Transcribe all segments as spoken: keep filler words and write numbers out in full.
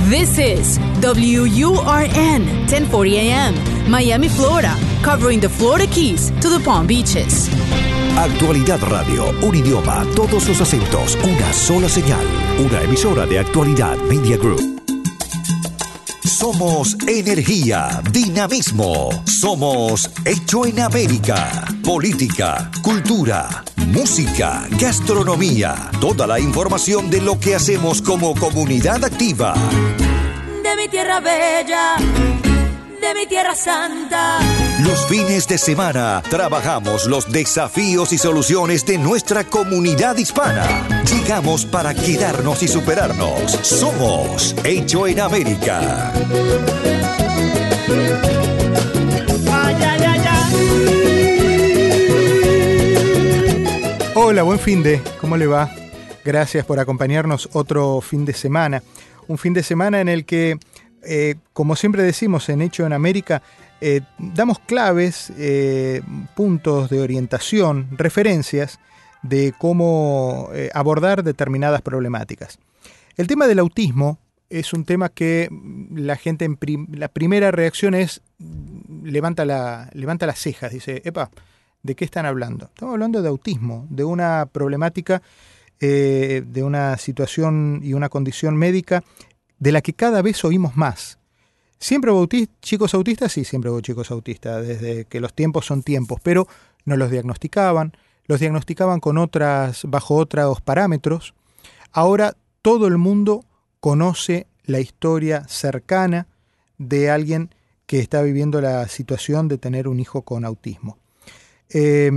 This is W U R N ten forty A M, Miami, Florida, covering the Florida Keys to the Palm Beaches. Actualidad Radio, un idioma, todos los acentos, una sola señal. Una emisora de Actualidad Media Group. Somos energía, dinamismo. Somos Hecho en América. Política, cultura, música, gastronomía. Toda la información de lo que hacemos como comunidad activa. De mi tierra bella, de mi tierra santa. Los fines de semana trabajamos los desafíos y soluciones de nuestra comunidad hispana. Llegamos para quedarnos y superarnos. Somos Hecho en América. Ay, ay, ay, ay. Hola, buen fin de, ¿cómo le va? Gracias por acompañarnos otro fin de semana. Un fin de semana en el que, eh, como siempre decimos en Hecho en América, Eh, damos claves, eh, puntos de orientación, referencias de cómo eh, abordar determinadas problemáticas. El tema del autismo es un tema que la gente, en prim- la primera reacción es, levanta, la, levanta las cejas, dice, epa, ¿de qué están hablando? Estamos hablando de autismo, de una problemática, eh, de una situación y una condición médica de la que cada vez oímos más. ¿Siempre hubo autist- chicos autistas? Sí, siempre hubo chicos autistas, desde que los tiempos son tiempos, pero no los diagnosticaban, los diagnosticaban con otras, bajo otros parámetros. Ahora todo el mundo conoce la historia cercana de alguien que está viviendo la situación de tener un hijo con autismo. Eh,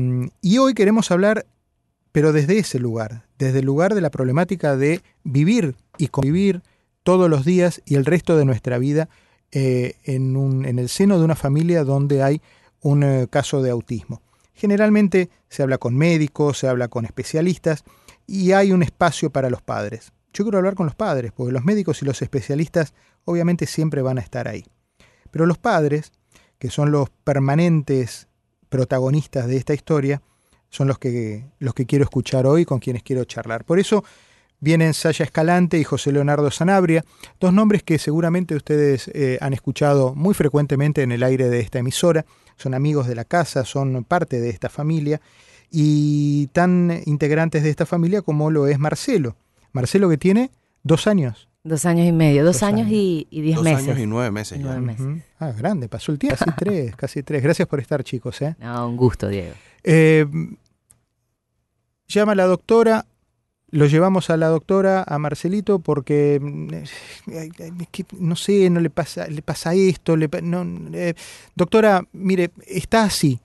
y hoy queremos hablar, pero desde ese lugar, desde el lugar de la problemática de vivir y convivir todos los días y el resto de nuestra vida eh, en, un, en el seno de una familia donde hay un eh, caso de autismo. Generalmente se habla con médicos, se habla con especialistas y hay un espacio para los padres. Yo quiero hablar con los padres, porque los médicos y los especialistas obviamente siempre van a estar ahí. Pero los padres, que son los permanentes protagonistas de esta historia, son los que, los que quiero escuchar hoy, con quienes quiero charlar. Por eso vienen Saya Escalante y José Leonardo Sanabria, dos nombres que seguramente ustedes eh, han escuchado muy frecuentemente en el aire de esta emisora. Son amigos de la casa, son parte de esta familia y tan integrantes de esta familia como lo es Marcelo. Marcelo, que tiene dos años. Dos años y medio, dos, Dos años, años. y, y diez Dos meses. años y nueve meses. Y ya. nueve meses. Uh-huh. Ah, grande, pasó el tiempo. Casi tres, casi tres. Gracias por estar, chicos. ¿eh? No, un gusto, Diego. Eh, llama a la doctora. Lo llevamos a la doctora, a Marcelito, porque eh, es que, no sé, no le pasa, le pasa esto. Le, no, eh, doctora, mire, está así.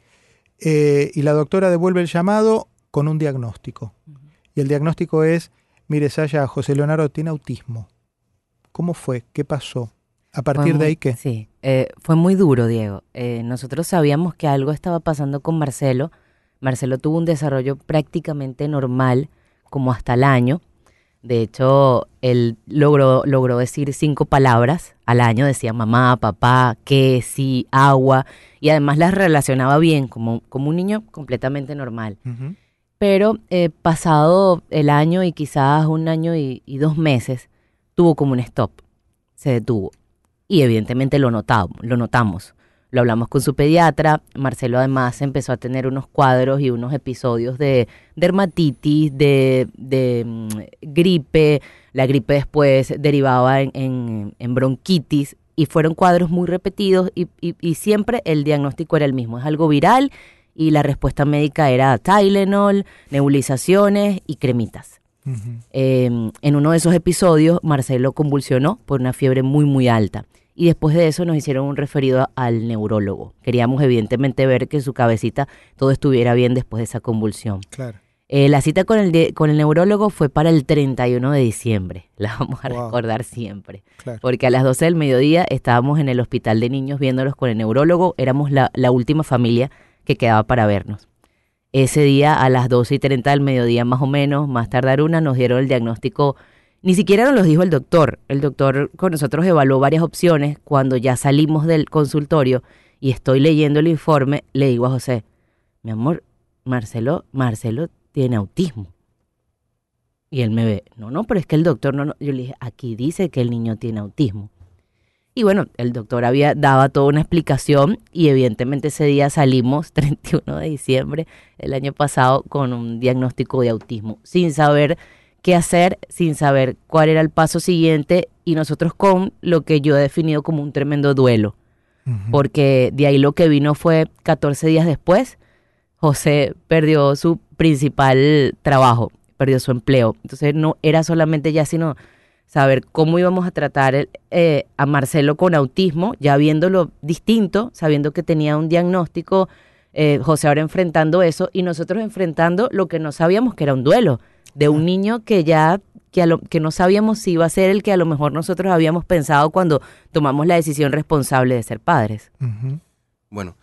Eh, y la doctora devuelve el llamado con un diagnóstico. Uh-huh. Y el diagnóstico es, mire, Saya, José Leonardo tiene autismo. ¿Cómo fue? ¿Qué pasó? ¿A partir Fue de muy, ahí qué? Sí, eh, fue muy duro, Diego. Eh, nosotros sabíamos que algo estaba pasando con Marcelo. Marcelo tuvo un desarrollo prácticamente normal, como hasta el año. De hecho, él logró, logró decir cinco palabras al año. Decía mamá, papá, qué, sí, agua. Y además las relacionaba bien, como, como un niño completamente normal. Uh-huh. Pero eh, pasado el año y quizás un año y, y dos meses, tuvo como un stop. Se detuvo. Y evidentemente lo notamos, lo notamos. Lo hablamos con su pediatra. Marcelo además empezó a tener unos cuadros y unos episodios de dermatitis, de, de um, gripe. La gripe después derivaba en, en, en bronquitis y fueron cuadros muy repetidos y, y, y siempre el diagnóstico era el mismo. Es algo viral y la respuesta médica era Tylenol, nebulizaciones y cremitas. Uh-huh. Eh, en uno de esos episodios Marcelo convulsionó por una fiebre muy muy alta. Y después de eso nos hicieron un referido al neurólogo. Queríamos evidentemente ver que su cabecita todo estuviera bien después de esa convulsión. Claro. Eh, la cita con el, de, con el neurólogo fue para el treinta y uno de diciembre. La vamos a wow. recordar siempre. Claro. Porque a las doce del mediodía estábamos en el hospital de niños viéndolos con el neurólogo. Éramos la, la última familia que quedaba para vernos. Ese día a las doce y treinta del mediodía más o menos, más tardar una, nos dieron el diagnóstico. Ni siquiera nos lo dijo el doctor. El doctor con nosotros evaluó varias opciones. Cuando ya salimos del consultorio y estoy leyendo el informe, le digo a José, mi amor, Marcelo, Marcelo tiene autismo. Y él me ve, no, no, pero es que el doctor no, no. Yo le dije, aquí dice que el niño tiene autismo. Y bueno, el doctor había daba toda una explicación y evidentemente ese día salimos, treinta y uno de diciembre del año pasado, con un diagnóstico de autismo, sin saber qué hacer, sin saber cuál era el paso siguiente y nosotros con lo que yo he definido como un tremendo duelo. Uh-huh. Porque de ahí lo que vino fue catorce días después, José perdió su principal trabajo, perdió su empleo. Entonces no era solamente ya sino saber cómo íbamos a tratar eh, a Marcelo con autismo, ya viéndolo distinto, sabiendo que tenía un diagnóstico, eh, José ahora enfrentando eso y nosotros enfrentando lo que no sabíamos que era un duelo, de un niño que ya que, a lo, que no sabíamos si iba a ser el que a lo mejor nosotros habíamos pensado cuando tomamos la decisión responsable de ser padres. Uh-huh. Bueno,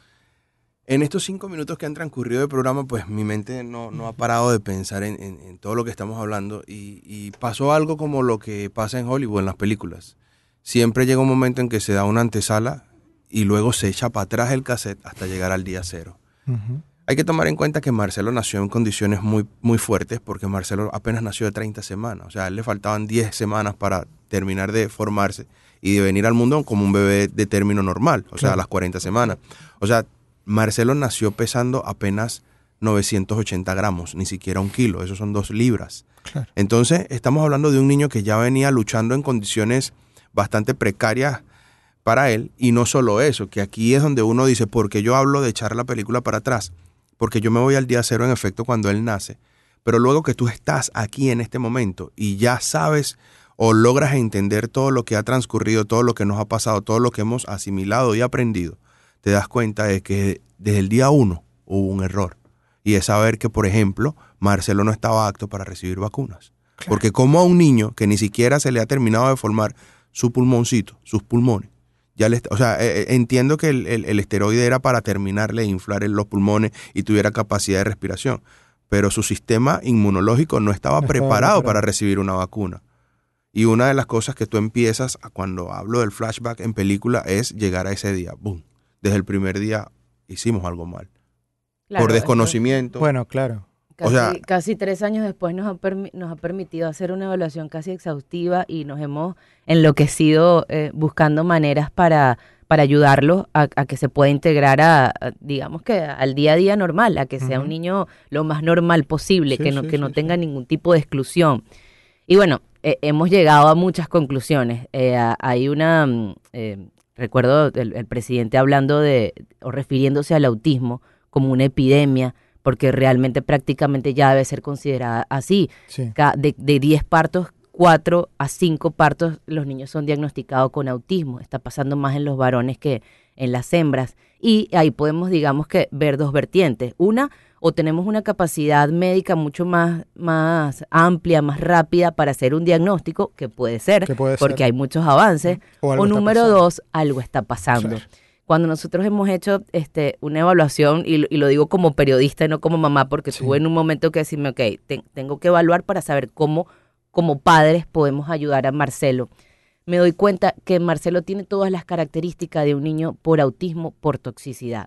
en estos cinco minutos que han transcurrido del programa, pues mi mente no, no ha parado de pensar en, en, en todo lo que estamos hablando y, y pasó algo como lo que pasa en Hollywood, en las películas. Siempre llega un momento en que se da una antesala y luego se echa para atrás el cassette hasta llegar al día cero. Uh-huh. Hay que tomar en cuenta que Marcelo nació en condiciones muy, muy fuertes porque Marcelo apenas nació de treinta semanas. O sea, a él le faltaban diez semanas para terminar de formarse y de venir al mundo como un bebé de término normal, o claro. sea, a las cuarenta semanas. O sea, Marcelo nació pesando apenas novecientos ochenta gramos, ni siquiera un kilo, eso son dos libras. Claro. Entonces, estamos hablando de un niño que ya venía luchando en condiciones bastante precarias para él, y no solo eso, que aquí es donde uno dice, ¿por qué yo hablo de echar la película para atrás? Porque yo me voy al día cero en efecto cuando él nace, pero luego que tú estás aquí en este momento y ya sabes o logras entender todo lo que ha transcurrido, todo lo que nos ha pasado, todo lo que hemos asimilado y aprendido, te das cuenta de que desde el día uno hubo un error. Y es saber que, por ejemplo, Marcelo no estaba apto para recibir vacunas. Claro. Porque como a un niño que ni siquiera se le ha terminado de formar su pulmoncito, sus pulmones, ya le, o sea, eh, entiendo que el, el, el esteroide era para terminarle de inflar los pulmones y tuviera capacidad de respiración, pero su sistema inmunológico no estaba no preparado estaba para recibir una vacuna. Y una de las cosas que tú empiezas a, cuando hablo del flashback en película es llegar a ese día, boom. Desde el primer día hicimos algo mal. Claro, por desconocimiento. Esto, bueno, claro. Casi, o sea, casi tres años después nos ha, permi- nos ha permitido hacer una evaluación casi exhaustiva y nos hemos enloquecido eh, buscando maneras para, para ayudarlo a, a que se pueda integrar a, a, digamos que al día a día normal, a que sea uh-huh. un niño lo más normal posible, sí, que no, sí, que no sí, tenga sí. ningún tipo de exclusión. Y bueno, eh, hemos llegado a muchas conclusiones. Eh, a, hay una... Eh, Recuerdo el, el presidente hablando de, o refiriéndose al autismo como una epidemia, porque realmente prácticamente ya debe ser considerada así. Sí. De, de diez partos, cuatro a cinco partos, los niños son diagnosticados con autismo. Está pasando más en los varones que en las hembras. Y ahí podemos, digamos que, ver dos vertientes. Una, o tenemos una capacidad médica mucho más, más amplia, más rápida para hacer un diagnóstico, que puede ser, que puede porque ser. Hay muchos avances, o, o número dos, algo está pasando. Sí. Cuando nosotros hemos hecho este, una evaluación, y, y lo digo como periodista y no como mamá, porque sí. tuve en un momento que decirme, ok, te, tengo que evaluar para saber cómo, como padres, podemos ayudar a Marcelo. Me doy cuenta que Marcelo tiene todas las características de un niño por autismo, por toxicidad.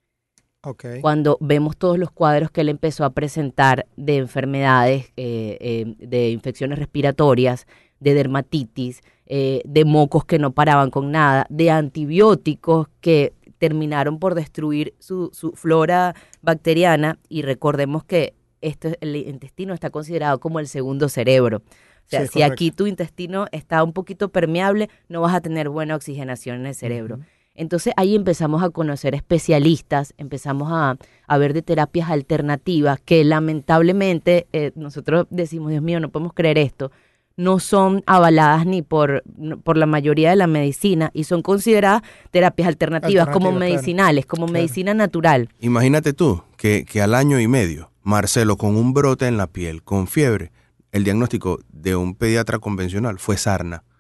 Okay. Cuando vemos todos los cuadros que él empezó a presentar de enfermedades, eh, eh, de infecciones respiratorias, de dermatitis, eh, de mocos que no paraban con nada, de antibióticos que terminaron por destruir su, su flora bacteriana, y recordemos que esto, el intestino está considerado como el segundo cerebro. O sea, sí, si correcto. Aquí tu intestino está un poquito permeable, no vas a tener buena oxigenación en el cerebro. Uh-huh. Entonces ahí empezamos a conocer especialistas, empezamos a, a ver de terapias alternativas que lamentablemente eh, nosotros decimos, Dios mío, no podemos creer esto, no son avaladas ni por, por la mayoría de la medicina y son consideradas terapias alternativas, alternativas como medicinales, claro. como claro. medicina natural. Imagínate tú que, que al año y medio, Marcelo con un brote en la piel, con fiebre, el diagnóstico de un pediatra convencional fue sarna.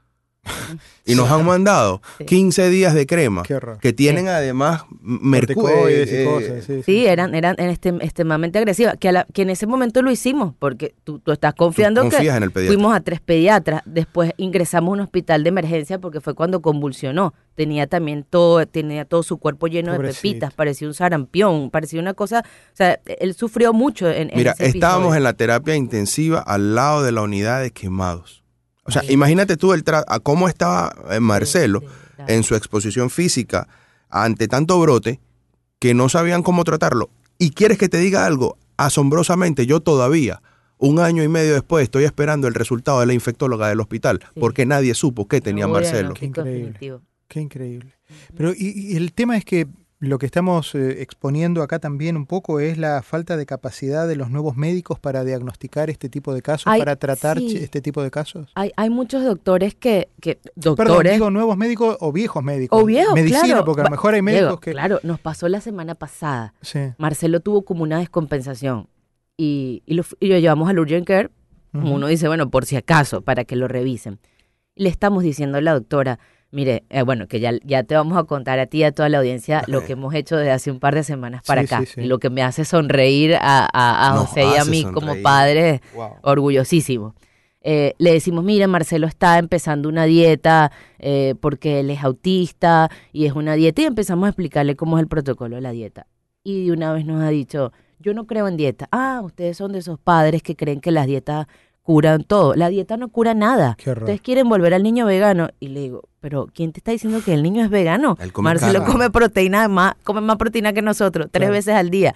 Y nos han mandado Sí. quince días de crema, Qué horror. que tienen Sí. además mercurio. Corticoides y eh, cosas, sí, sí. Sí, eran, eran este, extremadamente agresivas, que, a la- que en ese momento lo hicimos, porque tú, tú estás confiando Tú confías que en el pediatra. fuimos a tres pediatras, después ingresamos a un hospital de emergencia porque fue cuando convulsionó, tenía también todo, tenía todo su cuerpo lleno Pobrecito. de pepitas, parecía un sarampión, parecía una cosa, o sea, él sufrió mucho en, en Mira, ese estábamos episodio. en la terapia intensiva al lado de la unidad de quemados. O sea, Ay. imagínate tú el tra- a cómo estaba eh, Marcelo Sí, claro. en su exposición física ante tanto brote que no sabían cómo tratarlo. Y quieres que te diga algo, asombrosamente yo todavía, un año y medio después, estoy esperando el resultado de la infectóloga del hospital Sí. porque nadie supo qué tenía No, Marcelo. diagnóstico Qué increíble. definitivo. Qué increíble. Pero y, y el tema es que lo que estamos eh, exponiendo acá también un poco es la falta de capacidad de los nuevos médicos para diagnosticar este tipo de casos, Ay, para tratar sí. ch- este tipo de casos. Hay, hay muchos doctores que, que Perdón, doctores digo nuevos médicos o viejos médicos. o viejos, Medicina, claro. porque a lo Va- mejor hay médicos Diego, que... Claro, nos pasó la semana pasada. Sí. Marcelo tuvo como una descompensación y, y, lo, fu- y lo llevamos al urgent care, como Ujú. uno dice, bueno, por si acaso, para que lo revisen. Y le estamos diciendo a la doctora, mire, eh, bueno, que ya, ya te vamos a contar a ti y a toda la audiencia lo que hemos hecho desde hace un par de semanas para Sí, acá. sí, sí. Y lo que me hace sonreír a, a, a Nos José y a hace mí como sonreír. padres, Wow. orgullosísimos. Eh, le decimos, mira, Marcelo está empezando una dieta eh, porque él es autista y es una dieta y empezamos a explicarle cómo es el protocolo de la dieta. Y de una vez nos ha dicho, yo no creo en dieta. Ah, ustedes son de esos padres que creen que las dietas curan todo. La dieta no cura nada. Qué horror. Ustedes quieren volver al niño vegano. Y le digo, pero ¿quién te está diciendo que el niño es vegano? Él come Marcelo carne. come proteína más, come más proteína que nosotros, tres Claro. veces al día.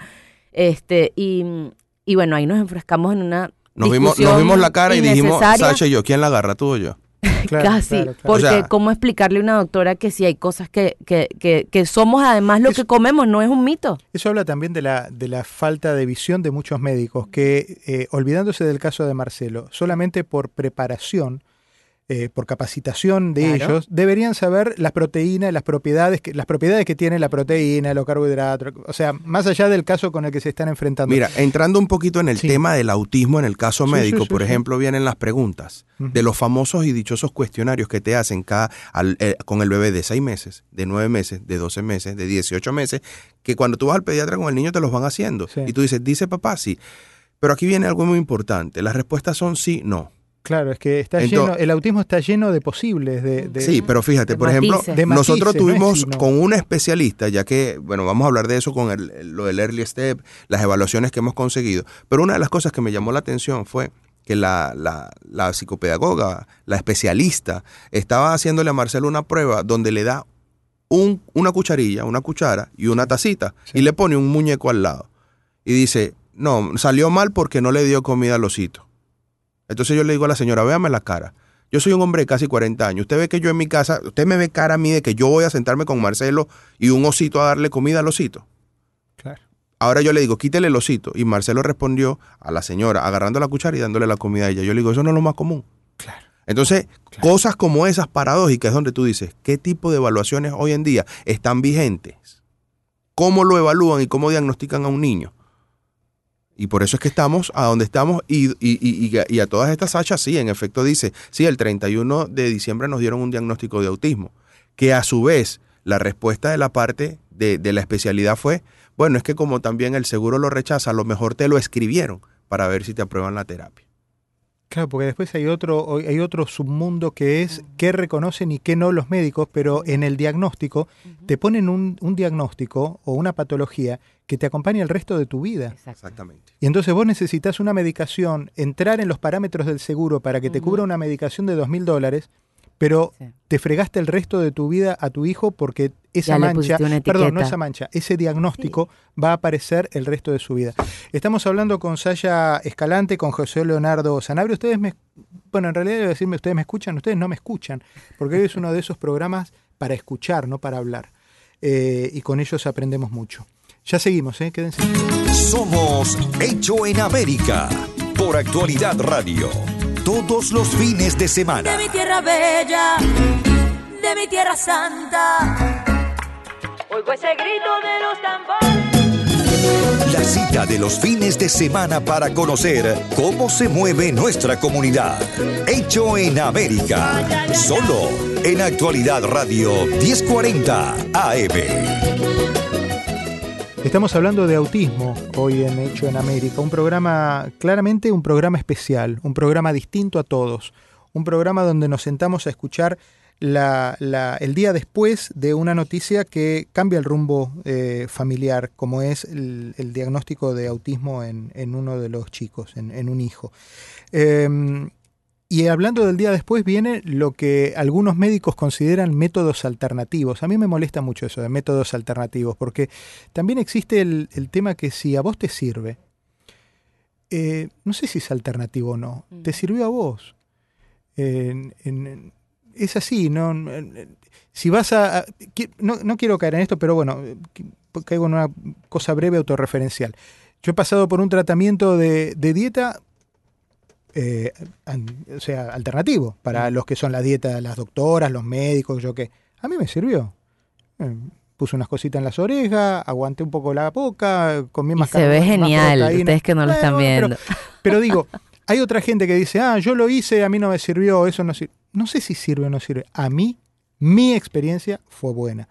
Este, y, y bueno, ahí nos enfrascamos en una Nos vimos, nos discusión vimos la cara y dijimos, innecesaria. Sacha y yo, ¿quién la agarra, tú o yo? Claro, Casi, claro, claro. porque O sea- cómo explicarle a una doctora que si hay cosas que, que, que, que somos además lo Eso- que comemos, no es un mito. Eso habla también de la, de la falta de visión de muchos médicos que, eh, olvidándose del caso de Marcelo, solamente por preparación, eh, por capacitación de Claro. ellos, deberían saber las proteínas, las propiedades que, las propiedades que tiene la proteína, los carbohidratos, o sea, más allá del caso con el que se están enfrentando. Mira, entrando un poquito en el Sí. tema del autismo en el caso Sí, médico, sí, sí, por sí. ejemplo, vienen las preguntas Ujú. de los famosos y dichosos cuestionarios que te hacen cada, al- eh, con el bebé de seis meses, de nueve meses, de doce meses, de dieciocho meses, que cuando tú vas al pediatra con el niño te los van haciendo. Sí. Y tú dices, dice papá, sí. Pero aquí viene algo muy importante. Las respuestas son sí, no. Claro, es que está Entonces- lleno, el autismo está lleno de posibles, de, de- Sí, pero fíjate, de por ejemplo, matices. De nosotros matices, no es tuvimos sí, no. con una especialista, ya que, bueno, vamos a hablar de eso con el, el- lo del early step, las evaluaciones que hemos conseguido, pero una de las cosas que me llamó la atención fue que la, la, la psicopedagoga, la especialista, estaba haciéndole a Marcelo una prueba donde le da un, una cucharilla, una cuchara y una tacita, Sí. y le pone un muñeco al lado. Y dice, no, salió mal porque no le dio comida al osito. Entonces yo le digo a la señora, véame la cara. Yo soy un hombre de casi cuarenta años. Usted ve que yo en mi casa, usted me ve cara a mí de que yo voy a sentarme con Marcelo y un osito a darle comida al osito. Claro. Ahora yo le digo, quítele el osito. Y Marcelo respondió a la señora, agarrando la cuchara y dándole la comida a ella. Yo le digo, eso no es lo más común. Claro. Entonces, cosas como esas paradójicas, donde tú dices, ¿qué tipo de evaluaciones hoy en día están vigentes? ¿Cómo lo evalúan y cómo diagnostican a un niño? Y por eso es que estamos a donde estamos y, y, y, y a, y a todas estas hachas, sí, en efecto dice, sí, el treinta y uno de diciembre nos dieron un diagnóstico de autismo, que a su vez la respuesta de la parte de, de la especialidad fue, bueno, es que como también el seguro lo rechaza, a lo mejor te lo escribieron para ver si te aprueban la terapia. Claro, porque después hay otro, hay otro submundo que es qué reconocen y qué no los médicos, pero en el diagnóstico te ponen un, un diagnóstico o una patología que te acompaña el resto de tu vida. Exacto. Exactamente. Y entonces vos necesitas una medicación, entrar en los parámetros del seguro para que te Ujú. cubra una medicación de dos mil dólares, pero Sí. te fregaste el resto de tu vida a tu hijo porque esa Ya le mancha, pusiste una perdón, no etiqueta. esa mancha, ese diagnóstico va a aparecer el resto de su vida. Estamos hablando con Saya Escalante, con José Leonardo Sanabria. Ustedes me, bueno, en realidad debo decirme, ustedes me escuchan, ustedes no me escuchan, porque hoy es uno de esos programas para escuchar, no para hablar. Eh, y con ellos aprendemos mucho. Ya seguimos, ¿eh? Quédense. Somos Hecho en América por Actualidad Radio. Todos los fines de semana. De mi tierra bella, de mi tierra santa. Oigo ese grito de los tambores. Las cita de los fines de semana para conocer cómo se mueve nuestra comunidad. Hecho en América, solo en Actualidad Radio diez cuarenta A M. Estamos hablando de autismo hoy en Hecho en América, un programa, claramente un programa especial, un programa distinto a todos, un programa donde nos sentamos a escuchar la, la, el día después de una noticia que cambia el rumbo eh, familiar, como es el, el diagnóstico de autismo en, en uno de los chicos, en, en un hijo. Eh, Y hablando del día después viene lo que algunos médicos consideran métodos alternativos. A mí me molesta mucho eso de métodos alternativos, porque también existe el, el tema que si a vos te sirve, eh, no sé si es alternativo o no, mm. te sirvió a vos. Eh, en, es así, ¿no? Si vas a... a no, no quiero caer en esto, pero bueno, caigo en una cosa breve autorreferencial. Yo he pasado por un tratamiento de, de dieta... Eh, o sea, alternativo para los que son la dieta de las doctoras, los médicos, yo qué. A mí me sirvió. Eh, puse unas cositas en las orejas, aguanté un poco la boca, comí más carne. Se ve más genial, proteína. Ustedes que no lo están bueno, viendo. Pero, pero digo, hay otra gente que dice, ah, yo lo hice, a mí no me sirvió, eso no sirve. No sé si sirve o no sirve. A mí, mi experiencia fue buena.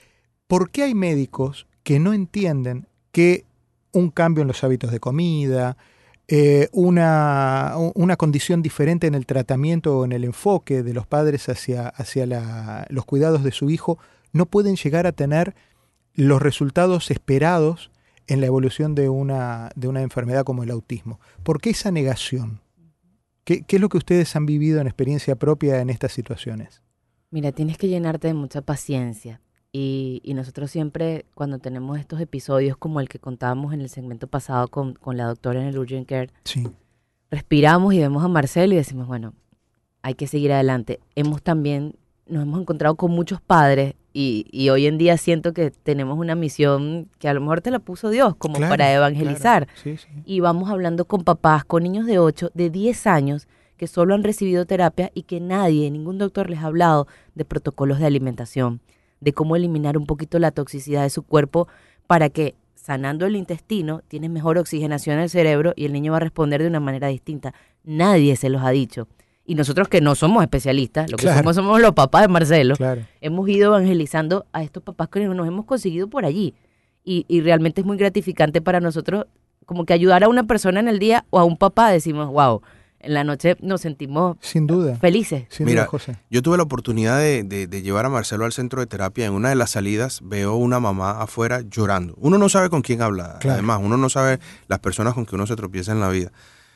¿Por qué hay médicos que no entienden que un cambio en los hábitos de comida, Eh, una, una condición diferente en el tratamiento o en el enfoque de los padres hacia, hacia la, los cuidados de su hijo no pueden llegar a tener los resultados esperados en la evolución de una, de una enfermedad como el autismo? ¿Por qué esa negación? ¿Qué, qué es lo que ustedes han vivido en experiencia propia en estas situaciones? Mira, tienes que llenarte de mucha paciencia. Y, y nosotros siempre, cuando tenemos estos episodios como el que contábamos en el segmento pasado con, con la doctora en el Urgent Care, sí. respiramos y vemos a Marcelo y decimos, bueno, hay que seguir adelante. Hemos también, nos hemos encontrado con muchos padres y, y hoy en día siento que tenemos una misión que a lo mejor te la puso Dios, como claro, para evangelizar. Claro. Sí, sí. Y vamos hablando con papás, con niños de ocho, de diez años, que solo han recibido terapia y que nadie, ningún doctor les ha hablado de protocolos de alimentación, de cómo eliminar un poquito la toxicidad de su cuerpo para que, sanando el intestino, tienes mejor oxigenación en el cerebro y el niño va a responder de una manera distinta. Nadie se los ha dicho. Y nosotros que no somos especialistas, lo que claro. somos somos los papás de Marcelo, claro. hemos ido evangelizando a estos papás que nos hemos conseguido por allí. Y, y realmente es muy gratificante para nosotros como que ayudar a una persona en el día o a un papá, decimos, wow, en la noche nos sentimos sin duda felices. Sin Mira, duda, José. Yo tuve la oportunidad de, de, de llevar a Marcelo al centro de terapia. En una de las salidas veo una mamá afuera llorando. Uno no sabe con quién hablar. Claro. Además, uno no sabe las personas con que uno se tropieza en la vida.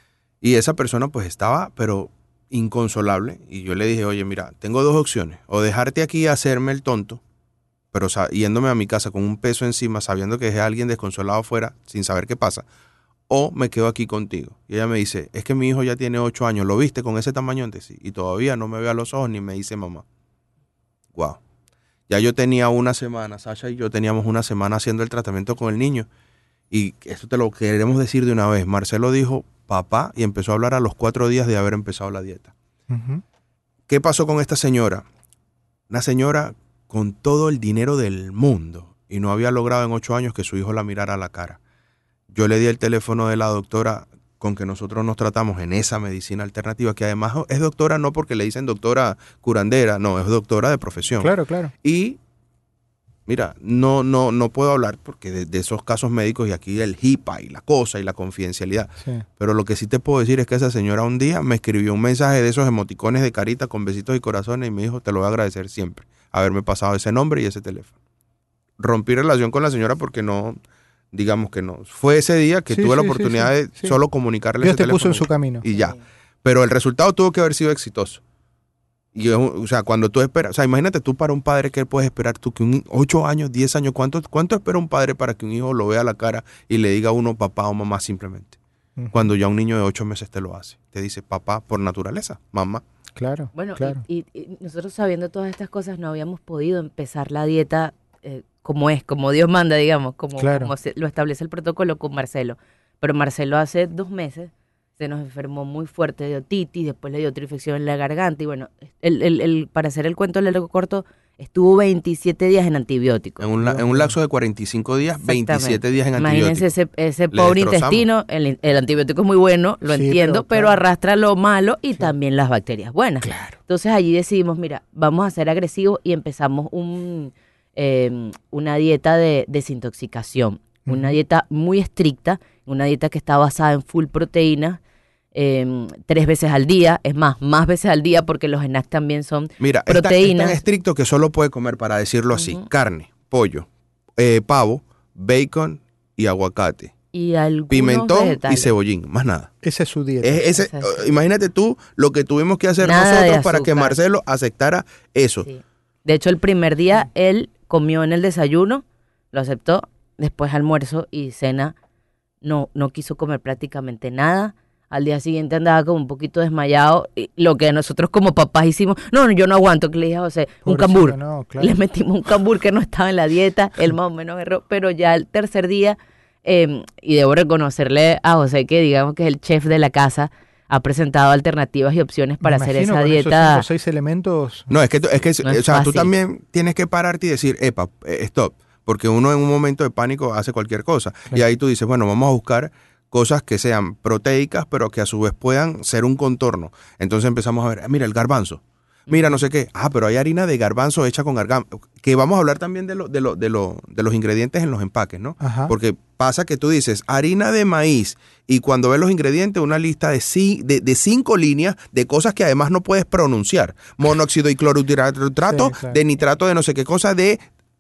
Y esa persona pues estaba, pero inconsolable. Y yo le dije, oye, mira, tengo dos opciones. O dejarte aquí a hacerme el tonto, pero yéndome a mi casa con un peso encima, sabiendo que dejé a alguien desconsolado afuera, sin saber qué pasa. O me quedo aquí contigo. Y ella me dice, es que mi hijo ya tiene ocho años, ¿lo viste con ese tamaño antes? Sí. Y todavía no me ve a los ojos ni me dice mamá. Wow. Ya yo tenía una semana, Sasha y yo teníamos una semana haciendo el tratamiento con el niño. Y esto te lo queremos decir de una vez. Marcelo dijo, papá, y empezó a hablar a los cuatro días de haber empezado la dieta. Uh-huh. ¿Qué pasó con esta señora? Una señora con todo el dinero del mundo y no había logrado en ocho años que su hijo la mirara a la cara. Yo le di el teléfono de la doctora con que nosotros nos tratamos en esa medicina alternativa, que además es doctora no porque le dicen doctora curandera, no, es doctora de profesión. Claro, claro. Y, mira, no, no, no puedo hablar porque de, de esos casos médicos y aquí el HIPAA y la cosa y la confidencialidad. Sí. Pero lo que sí te puedo decir es que esa señora un día me escribió un mensaje de esos emoticones de carita con besitos y corazones y me dijo, te lo voy a agradecer siempre, haberme pasado ese nombre y ese teléfono. Rompí relación con la señora porque no... Digamos que no. Fue ese día que sí, tuve sí, la oportunidad sí, sí, de sí. solo comunicarle Dios ese te puso teléfono en su camino. Y ya. Pero el resultado tuvo que haber sido exitoso. Y, o sea, cuando tú esperas... O sea, imagínate tú para un padre que puedes esperar tú que un ocho años, diez años, ¿cuánto, ¿cuánto espera un padre para que un hijo lo vea a la cara y le diga a uno papá o mamá simplemente? Uh-huh. Cuando ya un niño de ocho meses te lo hace. Te dice papá por naturaleza, mamá. Claro, Bueno, claro. Y, y, y nosotros sabiendo todas estas cosas no habíamos podido empezar la dieta... Eh, como es, como Dios manda, digamos, como, claro. como se, lo establece el protocolo con Marcelo. Pero Marcelo hace dos meses se nos enfermó muy fuerte de otitis, después le dio otra infección en la garganta y bueno, el, el, el, para hacer el cuento largo corto, Estuvo veintisiete días en antibióticos. En un, la- en un lapso de cuarenta y cinco días, veintisiete días en Imagínense antibióticos. ese, ese Le pobre destrozamos. intestino, el, el antibiótico es muy bueno, lo Sí, entiendo, pero, pero, claro. arrastra lo malo y Sí. también las bacterias buenas. Claro. Entonces allí decidimos, mira, vamos a ser agresivos y empezamos un, eh, una dieta de desintoxicación, una Ujú. dieta muy estricta, una dieta que está basada en full proteínas, eh, tres veces al día, es más, más veces al día porque los snacks también son Mira, es tan- es proteínas. tan estricto que solo puede comer, para decirlo así, Ujú. carne, pollo, eh, pavo, bacon y aguacate, y algunos pimentón vegetales. y cebollín, más nada. Esa es su dieta. Es- ese- Esa es- imagínate tú lo que tuvimos que hacer Nada de nosotros para que azúcar. Marcelo aceptara eso. Sí. De hecho, el primer día él comió en el desayuno, lo aceptó, después almuerzo y cena no, no quiso comer prácticamente nada. Al día siguiente andaba como un poquito desmayado. Y lo que nosotros como papás hicimos, no, no, yo no aguanto, que le dije a José, un Pobrecito, cambur. no, claro. Le metimos un cambur que no estaba en la dieta, él más o menos erró, pero ya el tercer día, eh, y debo reconocerle a José que digamos que es el chef de la casa, ha presentado alternativas y opciones para Me hacer imagino esa con esos dieta. cinco o seis elementos. No, es que, tú- es que No es o sea, tú fácil. también tienes que pararte y decir, epa, eh, stop, porque uno en un momento de pánico hace cualquier cosa. Y Claro. ahí tú dices, bueno, vamos a buscar cosas que sean proteicas, pero que a su vez puedan ser un contorno. Entonces empezamos a ver, ah, mira, el garbanzo. Mira, no sé qué. Ah, pero hay harina de garbanzo hecha con garbanzo. Que vamos a hablar también de, lo, de, lo, de, lo, de los ingredientes en los empaques, ¿no? Ajá. Porque pasa que tú dices harina de maíz y cuando ves los ingredientes, una lista de, ci- de, de cinco líneas de cosas que además no puedes pronunciar. Monóxido y clorhidrato Sí, claro. de nitrato de no sé qué cosa de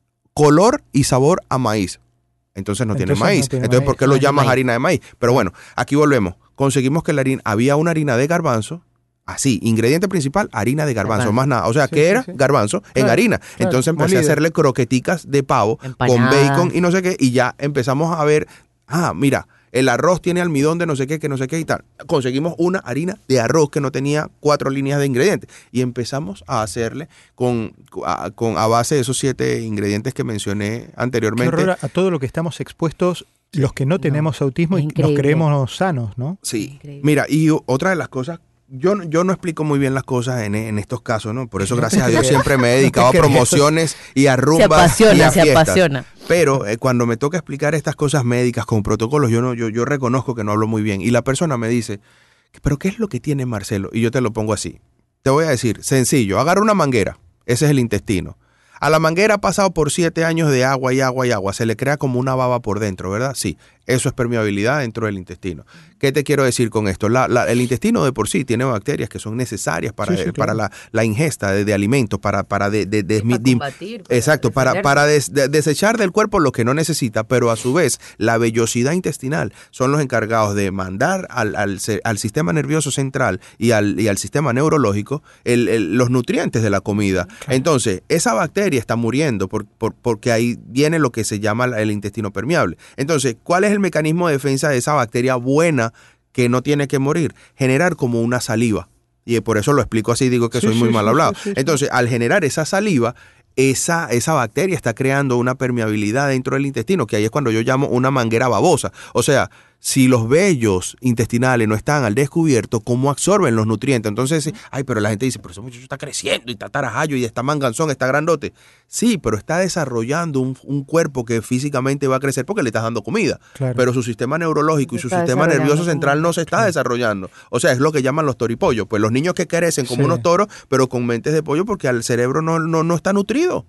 color y sabor a maíz. Entonces no tiene Entonces no maíz. tiene Entonces, maíz. ¿por qué No lo es de llamas maíz. harina de maíz? Pero bueno, aquí volvemos. Conseguimos que la harina, había una harina de garbanzo, así, ingrediente principal, harina de garbanzo, Garbanzo. más nada. O sea, Sí, ¿qué sí, era? sí. Garbanzo en Claro, harina. claro, Entonces empecé a molido. hacerle croqueticas de pavo con Empanadas. bacon y no sé qué, y ya empezamos a ver, ah, mira, el arroz tiene almidón de no sé qué, que no sé qué y tal. Conseguimos una harina de arroz que no tenía cuatro líneas de ingredientes y empezamos a hacerle con a, con, a base de esos siete ingredientes que mencioné Qué anteriormente. horror a todo lo que estamos expuestos los que no tenemos autismo es y nos increíble. creemos sanos, ¿no? Sí. Increíble. Mira, y o- otra de las cosas, yo, no- yo no explico muy bien las cosas en, en estos casos, ¿no? Por eso, gracias a Dios, siempre me he dedicado a creas. promociones y a Se rumbas y apasiona, a se fiestas. apasiona. Pero eh, cuando me toca explicar estas cosas médicas con protocolos, yo no, yo, yo reconozco que no hablo muy bien. Y la persona me dice, ¿pero qué es lo que tiene Marcelo? Y yo te lo pongo así. Te voy a decir, sencillo, agarra una manguera, ese es el intestino. A la manguera ha pasado por siete años de agua y agua y agua, se le crea como una baba por dentro, ¿verdad? Sí, eso es permeabilidad dentro del intestino. ¿Qué te quiero decir con esto? La- la- el intestino de por sí tiene bacterias que son necesarias para, Sí, sí, para claro. la, la ingesta de, de alimentos, para, para de, de- de- Sí, para de- combatir, para exacto, para, defenderse. para des- de- desechar del cuerpo lo que no necesita, pero a su vez la vellosidad intestinal son los encargados de mandar al, al, ce- al sistema nervioso central y al, y al sistema neurológico el- el- los nutrientes de la comida. Entonces, esa bacteria está muriendo por, por- porque ahí viene lo que se llama la- el intestino permeable. Entonces, ¿cuál es el mecanismo de defensa de esa bacteria buena que no tiene que morir? Generar como una saliva. Y por eso lo explico así, digo que Sí, soy muy sí, mal sí, hablado. sí, sí, sí. Entonces, al generar esa saliva, esa, esa bacteria está creando una permeabilidad dentro del intestino, que ahí es cuando yo llamo una manguera babosa. O sea, si los vellos intestinales no están al descubierto, ¿cómo absorben los nutrientes? Entonces, ay, pero la gente dice, pero ese muchacho está creciendo y está tarajayo y está manganzón, está grandote. Sí, pero está desarrollando un, un cuerpo que físicamente va a crecer porque le estás dando comida. Claro. Pero su sistema neurológico y Se su está sistema desarrollando nervioso como central un- no se está desarrollando. O sea, es lo que llaman los toripollos. Pues los niños que crecen como Sí. unos toros, pero con mentes de pollo porque al cerebro no, no, no está nutrido.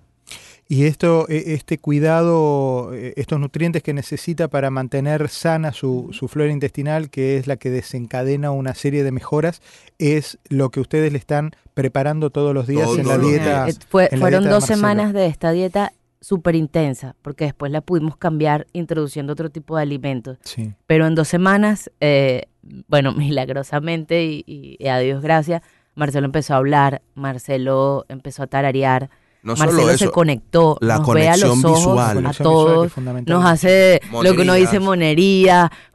Y esto, e- este cuidado, eh, estos nutrientes que necesita para mantener sana su, su flora intestinal, que es la que desencadena una serie de mejoras, es lo que ustedes le están preparando todos los días Todos en la los dieta. días. Eh, fue- en la fueron dieta de dos Marcelo. semanas de esta dieta súper intensa, porque después la pudimos cambiar introduciendo otro tipo de alimentos. Sí. Pero en dos semanas, eh, bueno, milagrosamente y, y- y a Dios gracias, Marcelo empezó a hablar, Marcelo empezó a tararear, No Marcelo solo se eso, conectó, la nos ve a los conexión ojos, visual. a Conexión visual todos, es fundamental. nos hace lo que uno dice Monerías. monería,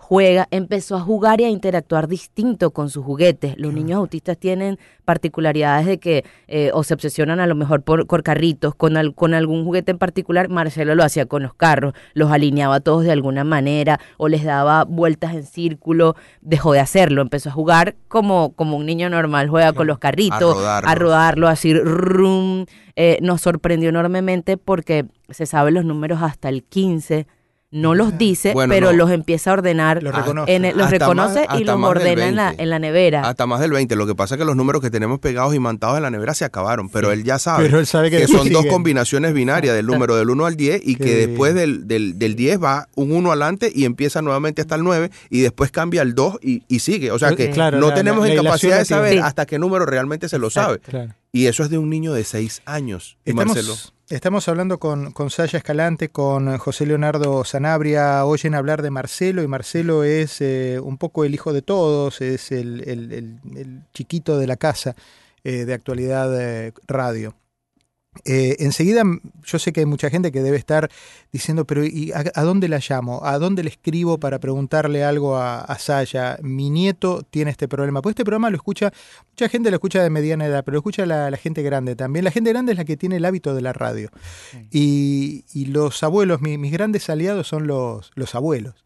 juega, empezó a jugar y a interactuar distinto con sus juguetes. Los niños autistas tienen particularidades de que eh, o se obsesionan a lo mejor por, por carritos, con, al, con algún juguete en particular. Marcelo lo hacía con los carros, los alineaba todos de alguna manera o les daba vueltas en círculo. Dejó de hacerlo, empezó a jugar como, como un niño normal juega con los carritos, a, a rodarlo, así rum. Eh, nos sorprendió enormemente porque se saben los números hasta el quince. No los dice, bueno, pero no. los empieza a ordenar, los reconoce, en el, los reconoce más, y los ordena en la, en la nevera. Hasta más del veinte. Lo que pasa es que los números que tenemos pegados y mantados en la nevera se acabaron, pero sí. él ya sabe, pero él sabe que, que son sigue. dos combinaciones binarias del número del uno al diez y Qué que bien. después del, del, del diez va un uno adelante y empieza nuevamente hasta el nueve y después cambia al dos y, y sigue. O sea que claro, no la, tenemos la, la incapacidad de saber sí. hasta qué número realmente se lo Exacto, sabe. Claro. Y eso es de un niño de seis años, Estamos... Marcelo. Estamos hablando con, con Saya Escalante, con José Leonardo Sanabria. Oyen hablar de Marcelo y Marcelo es eh, un poco el hijo de todos, es el, el, el, el chiquito de la casa eh, de Actualidad eh, Radio. Eh, enseguida yo sé que hay mucha gente que debe estar diciendo, pero ¿y a, a dónde la llamo? ¿A dónde le escribo para preguntarle algo a, a Saya? Mi nieto tiene este problema. Pues este programa lo escucha, mucha gente lo escucha de mediana edad, pero lo escucha la, la gente grande también. La gente grande es la que tiene el hábito de la radio. Sí. Y, y los abuelos, mi, mis grandes aliados son los, los abuelos,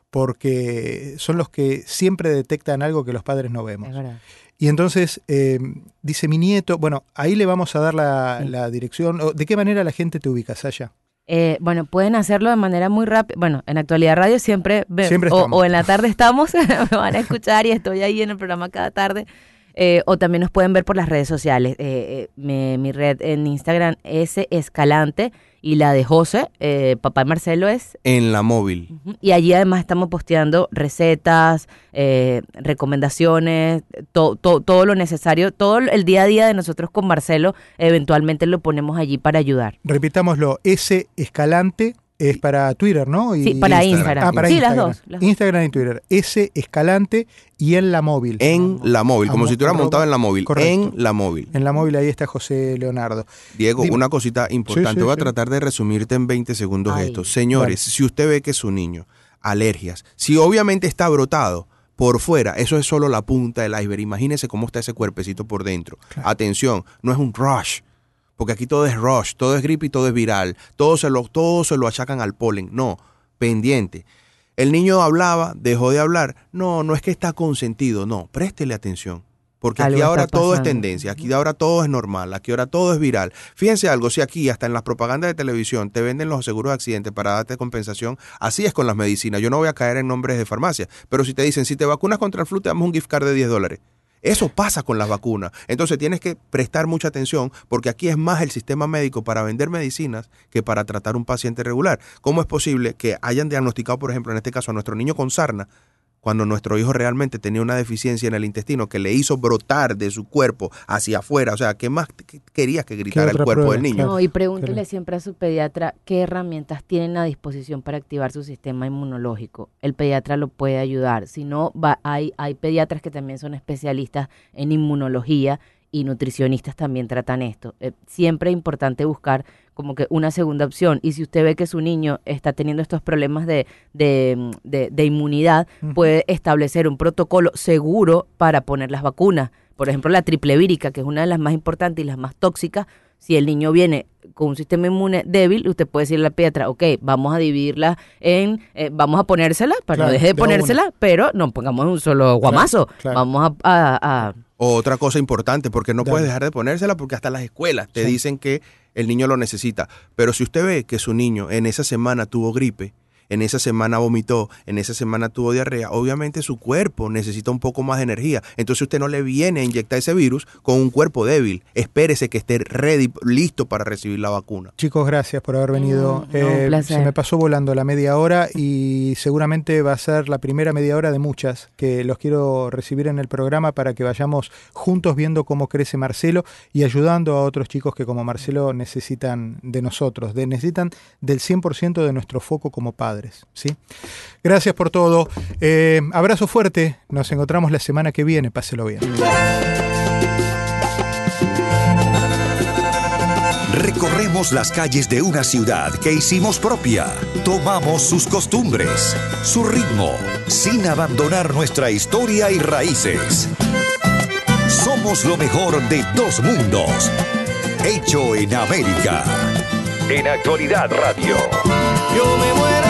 porque son los que siempre detectan algo que los padres no vemos. Es verdad. Y entonces, eh, dice mi nieto, bueno, ahí le vamos a dar la, sí. la dirección. ¿De qué manera la gente te ubica, Saya? Eh, bueno, pueden hacerlo de manera muy rápida. Bueno, en Actualidad Radio siempre, ve, siempre o, o en la tarde estamos, me van a escuchar y estoy ahí en el programa cada tarde. Eh, o también nos pueden ver por las redes sociales. Eh, eh, mi, mi red en Instagram es Escalante y la de José, eh, papá Marcelo es... En la móvil. Uh-huh. Y allí además estamos posteando recetas, eh, recomendaciones, to, to, todo lo necesario, todo el día a día de nosotros con Marcelo, eventualmente lo ponemos allí para ayudar. Repitámoslo, S Escalante es para Twitter, ¿no? Y, sí, para Instagram. Instagram. Ah, para sí, Instagram. las dos, las Instagram y Twitter. S Escalante y en la móvil. En la móvil, como ah, si estuviera montado en la móvil. Correcto. En la móvil. En la móvil, ahí está José Leonardo. Diego, Dime. Una cosita importante. Sí, sí, Voy a sí. tratar de resumirte en veinte segundos Ay. esto. Señores, vale. si usted ve que su niño, alergias, si obviamente está brotado por fuera, eso es solo la punta del iceberg. Imagínese cómo está ese cuerpecito por dentro. Claro. Atención, no es un rush. Porque aquí todo es rush, todo es gripe y todo es viral. Todo se lo, todo se lo achacan al polen. No, pendiente. El niño hablaba, dejó de hablar. No, no es que está consentido. No, préstele atención. Porque aquí ahora todo es tendencia, aquí ahora todo es normal, aquí ahora todo es viral. Fíjense algo, si aquí hasta en las propagandas de televisión te venden los seguros de accidente para darte compensación, así es con las medicinas. Yo no voy a caer en nombres de farmacia, pero si te dicen, si te vacunas contra el flu, te damos un gift card de diez dólares. Eso pasa con las vacunas. Entonces tienes que prestar mucha atención porque aquí es más el sistema médico para vender medicinas que para tratar un paciente regular. ¿Cómo es posible que hayan diagnosticado, por ejemplo, en este caso a nuestro niño con sarna, cuando nuestro hijo realmente tenía una deficiencia en el intestino que le hizo brotar de su cuerpo hacia afuera? O sea, ¿qué más querías que gritara el cuerpo prueba? del niño? No, y pregúntele claro. siempre a su pediatra qué herramientas tienen a disposición para activar su sistema inmunológico. El pediatra lo puede ayudar. Si no, va, hay, hay pediatras que también son especialistas en inmunología y nutricionistas también tratan esto. Eh, siempre es importante buscar como que una segunda opción. Y si usted ve que su niño está teniendo estos problemas de, de, de, de inmunidad, uh-huh. puede establecer un protocolo seguro para poner las vacunas. Por ejemplo, la triple vírica, que es una de las más importantes y las más tóxicas. Si el niño viene con un sistema inmune débil, usted puede decirle a la pediatra, ok, vamos a dividirla en, eh, vamos a ponérsela, para claro, no deje de, de ponérsela, una. pero no pongamos un solo guamazo. Claro, claro. Vamos a... a, a Otra cosa importante, porque no Dale. puedes dejar de ponérsela porque hasta las escuelas te sí. dicen que el niño lo necesita. Pero si usted ve que su niño en esa semana tuvo gripe, en esa semana vomitó, en esa semana tuvo diarrea, obviamente su cuerpo necesita un poco más de energía. Entonces usted no le viene a inyectar ese virus con un cuerpo débil. Espérese que esté ready, listo para recibir la vacuna. Chicos, gracias por haber venido. Mm, no, eh, un placer. Se me pasó volando la media hora y seguramente va a ser la primera media hora de muchas que los quiero recibir en el programa para que vayamos juntos viendo cómo crece Marcelo y ayudando a otros chicos que como Marcelo necesitan de nosotros, de, necesitan del cien por ciento de nuestro foco como padres. ¿Sí? Gracias por todo. Eh, abrazo fuerte. Nos encontramos la semana que viene. Páselo bien. Recorremos las calles de una ciudad que hicimos propia. Tomamos sus costumbres, su ritmo, sin abandonar nuestra historia y raíces. Somos lo mejor de dos mundos. Hecho en América. En Actualidad Radio. Yo me muero